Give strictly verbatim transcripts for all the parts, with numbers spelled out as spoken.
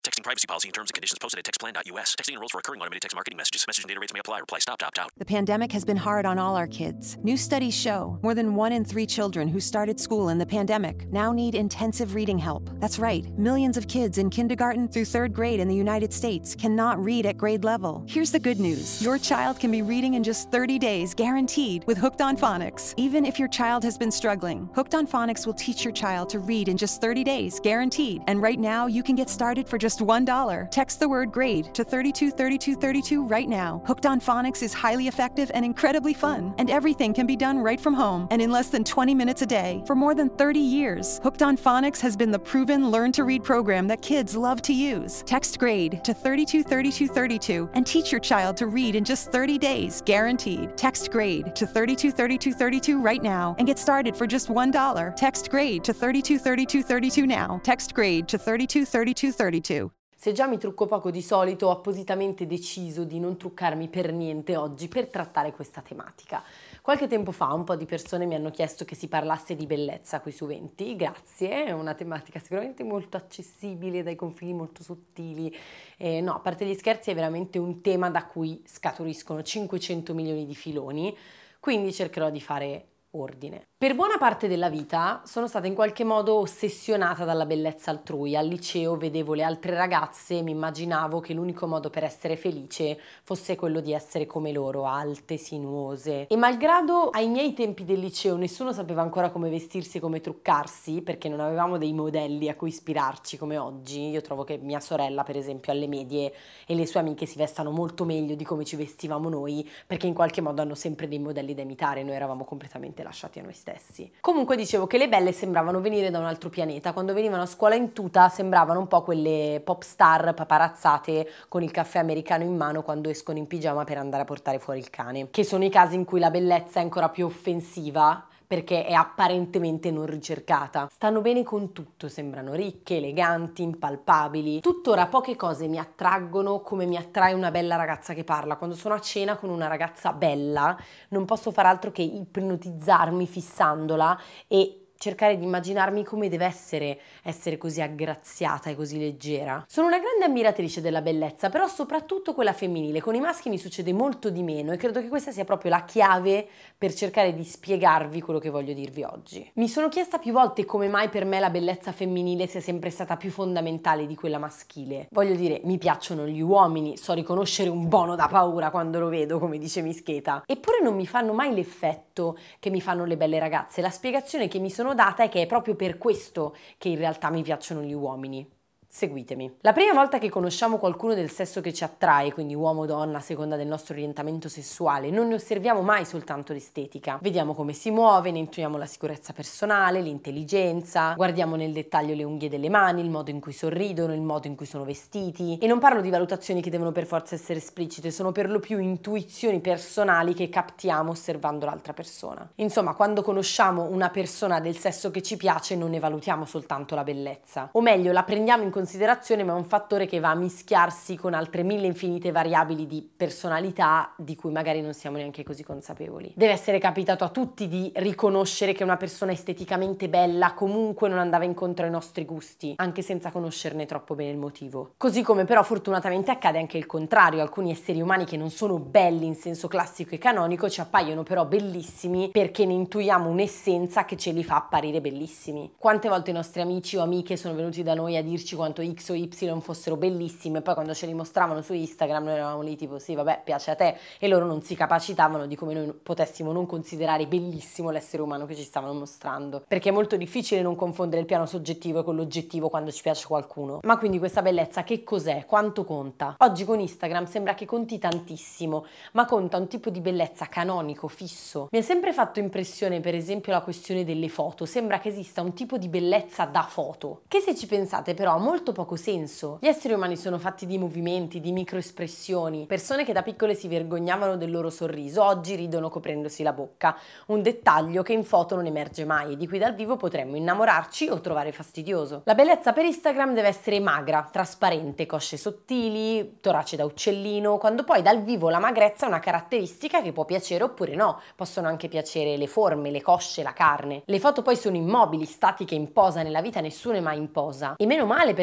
Texting privacy policy and terms and conditions posted at text plan dot U S. Texting enrolls for recurring automated text marketing messages. Message and data rates may apply. Reply stop to opt out. The pandemic has been hard on all our kids. New studies show more than one in three children who started school in the pandemic now need intensive reading help. That's right. Millions of kids in kindergarten through third grade in the United States cannot read at grade level. Here's the good news. Your child can be reading in just thirty days, guaranteed, with Hooked on Phonics. Even if your child has been struggling, Hooked on Phonics will teach your child to read in just thirty days, guaranteed. And right now, you can get started for just one dollar. Text the word GRADE to thirty-two thirty-two thirty-two right now. Hooked on Phonics is highly effective and incredibly fun. And everything can be done right from home and in less than twenty minutes a day. For more than thirty years, Hooked on Phonics has been the proven learn-to-read program that kids love to use. Text GRADE to thirty-two thirty-two thirty-two and teach your child to read in just thirty days, guaranteed. Text GRADE to thirty-two thirty-two thirty-two right now and get started for just one dollar. Text GRADE to thirty-two thirty-two thirty-two now. Text GRADE to thirty-two thirty-two thirty-two. Se già mi trucco poco di solito, ho appositamente deciso di non truccarmi per niente oggi per trattare questa tematica. Qualche tempo fa un po' di persone mi hanno chiesto che si parlasse di bellezza qui su Venti, grazie, è una tematica sicuramente molto accessibile, dai confini molto sottili. Eh, no, a parte gli scherzi, è veramente un tema da cui scaturiscono cinquecento milioni di filoni, quindi cercherò di fare ordine. Per buona parte della vita sono stata in qualche modo ossessionata dalla bellezza altrui. Al liceo vedevo le altre ragazze e mi immaginavo che l'unico modo per essere felice fosse quello di essere come loro, alte, sinuose. E malgrado ai miei tempi del liceo nessuno sapeva ancora come vestirsi e come truccarsi, perché non avevamo dei modelli a cui ispirarci come oggi, io trovo che mia sorella, per esempio, alle medie e le sue amiche si vestano molto meglio di come ci vestivamo noi, perché in qualche modo hanno sempre dei modelli da imitare, noi eravamo completamente lasciati a noi stessi. Comunque dicevo che le belle sembravano venire da un altro pianeta. Quando venivano a scuola in tuta sembravano un po' quelle pop star paparazzate con il caffè americano in mano quando escono in pigiama per andare a portare fuori il cane, che sono i casi in cui la bellezza è ancora più offensiva perché è apparentemente non ricercata. Stanno bene con tutto, sembrano ricche, eleganti, impalpabili. Tuttora poche cose mi attraggono come mi attrae una bella ragazza che parla. Quando sono a cena con una ragazza bella non posso far altro che ipnotizzarmi fissandola e cercare di immaginarmi come deve essere essere così aggraziata e così leggera. Sono una grande ammiratrice della bellezza, però soprattutto quella femminile. Con i maschi mi succede molto di meno e credo che questa sia proprio la chiave per cercare di spiegarvi quello che voglio dirvi oggi. Mi sono chiesta più volte come mai per me la bellezza femminile sia sempre stata più fondamentale di quella maschile. Voglio dire, mi piacciono gli uomini, so riconoscere un bono da paura quando lo vedo, come dice Mischeta, eppure non mi fanno mai l'effetto che mi fanno le belle ragazze. La spiegazione che mi sono data è che è proprio per questo che in realtà mi piacciono gli uomini. Seguitemi. La prima volta che conosciamo qualcuno del sesso che ci attrae, quindi uomo o donna a seconda del nostro orientamento sessuale, non ne osserviamo mai soltanto l'estetica. Vediamo come si muove, ne intuiamo la sicurezza personale, l'intelligenza, guardiamo nel dettaglio le unghie delle mani, il modo in cui sorridono, il modo in cui sono vestiti. E non parlo di valutazioni che devono per forza essere esplicite, sono per lo più intuizioni personali che captiamo osservando l'altra persona. Insomma, quando conosciamo una persona del sesso che ci piace non ne valutiamo soltanto la bellezza, o meglio la prendiamo in considerazione considerazione, ma è un fattore che va a mischiarsi con altre mille infinite variabili di personalità di cui magari non siamo neanche così consapevoli. Deve essere capitato a tutti di riconoscere che una persona esteticamente bella comunque non andava incontro ai nostri gusti, anche senza conoscerne troppo bene il motivo. Così come però fortunatamente accade anche il contrario, alcuni esseri umani che non sono belli in senso classico e canonico ci appaiono però bellissimi perché ne intuiamo un'essenza che ce li fa apparire bellissimi. Quante volte i nostri amici o amiche sono venuti da noi a dirci quanto X o Y fossero bellissime e poi quando ce li mostravano su Instagram noi eravamo lì tipo sì vabbè piace a te, e loro non si capacitavano di come noi potessimo non considerare bellissimo l'essere umano che ci stavano mostrando, perché è molto difficile non confondere il piano soggettivo con l'oggettivo quando ci piace qualcuno. Ma quindi questa bellezza che cos'è? Quanto conta? Oggi con Instagram sembra che conti tantissimo, ma conta un tipo di bellezza canonico, fisso. Mi ha sempre fatto impressione per esempio la questione delle foto, sembra che esista un tipo di bellezza da foto, che se ci pensate però ha molto poco senso. Gli esseri umani sono fatti di movimenti, di microespressioni. Persone che da piccole si vergognavano del loro sorriso oggi ridono coprendosi la bocca, un dettaglio che in foto non emerge mai e di cui dal vivo potremmo innamorarci o trovare fastidioso. La bellezza per Instagram deve essere magra, trasparente, cosce sottili, torace da uccellino, quando poi dal vivo la magrezza è una caratteristica che può piacere oppure no. Possono anche piacere le forme, le cosce, la carne. Le foto poi sono immobili, statiche, in posa. Nella vita nessuno è mai in posa, e meno male, perché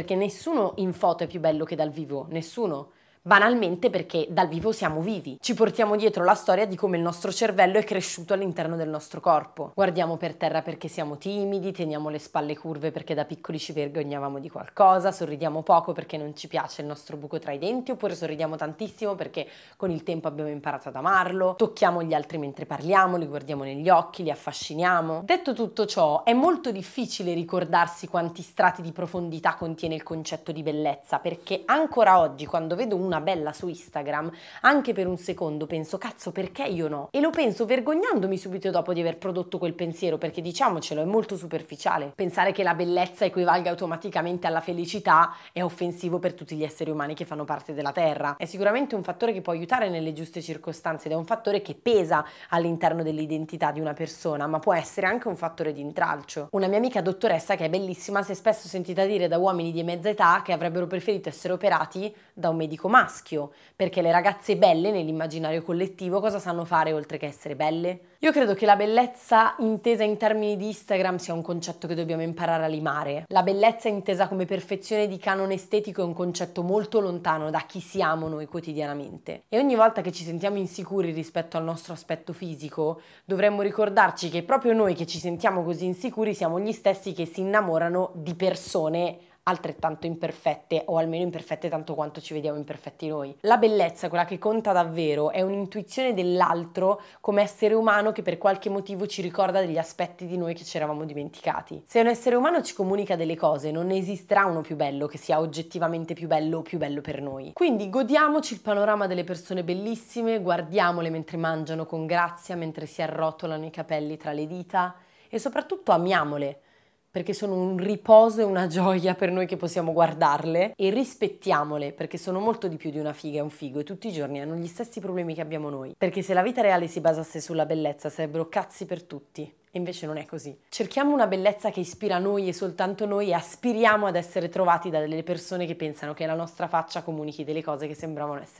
perché nessuno in foto è più bello che dal vivo, nessuno. Banalmente perché dal vivo siamo vivi, ci portiamo dietro la storia di come il nostro cervello è cresciuto all'interno del nostro corpo. Guardiamo per terra perché siamo timidi, teniamo le spalle curve perché da piccoli ci vergognavamo di qualcosa, sorridiamo poco perché non ci piace il nostro buco tra i denti, oppure sorridiamo tantissimo perché con il tempo abbiamo imparato ad amarlo, tocchiamo gli altri mentre parliamo, li guardiamo negli occhi, li affasciniamo. Detto tutto ciò, è molto difficile ricordarsi quanti strati di profondità contiene il concetto di bellezza, perché ancora oggi quando vedo un una bella su Instagram, anche per un secondo penso cazzo perché io no? E lo penso vergognandomi subito dopo di aver prodotto quel pensiero, perché diciamocelo è molto superficiale. Pensare che la bellezza equivalga automaticamente alla felicità è offensivo per tutti gli esseri umani che fanno parte della Terra. È sicuramente un fattore che può aiutare nelle giuste circostanze ed è un fattore che pesa all'interno dell'identità di una persona, ma può essere anche un fattore di intralcio. Una mia amica dottoressa che è bellissima si è spesso sentita dire da uomini di mezza età che avrebbero preferito essere operati da un medico maschio, perché le ragazze belle nell'immaginario collettivo cosa sanno fare oltre che essere belle? Io credo che la bellezza intesa in termini di Instagram sia un concetto che dobbiamo imparare a limare. La bellezza intesa come perfezione di canone estetico è un concetto molto lontano da chi siamo noi quotidianamente. E ogni volta che ci sentiamo insicuri rispetto al nostro aspetto fisico, dovremmo ricordarci che proprio noi che ci sentiamo così insicuri siamo gli stessi che si innamorano di persone altrettanto imperfette, o almeno imperfette tanto quanto ci vediamo imperfetti noi. La bellezza, quella che conta davvero, è un'intuizione dell'altro come essere umano che per qualche motivo ci ricorda degli aspetti di noi che ci eravamo dimenticati. Se un essere umano ci comunica delle cose, non ne esisterà uno più bello che sia oggettivamente più bello o più bello per noi. Quindi godiamoci il panorama delle persone bellissime, guardiamole mentre mangiano con grazia, mentre si arrotolano i capelli tra le dita e soprattutto amiamole, perché sono un riposo e una gioia per noi che possiamo guardarle, e rispettiamole perché sono molto di più di una figa e un figo e tutti i giorni hanno gli stessi problemi che abbiamo noi, perché se la vita reale si basasse sulla bellezza sarebbero cazzi per tutti e invece non è così. Cerchiamo una bellezza che ispira noi e soltanto noi e aspiriamo ad essere trovati da delle persone che pensano che la nostra faccia comunichi delle cose che sembravano essere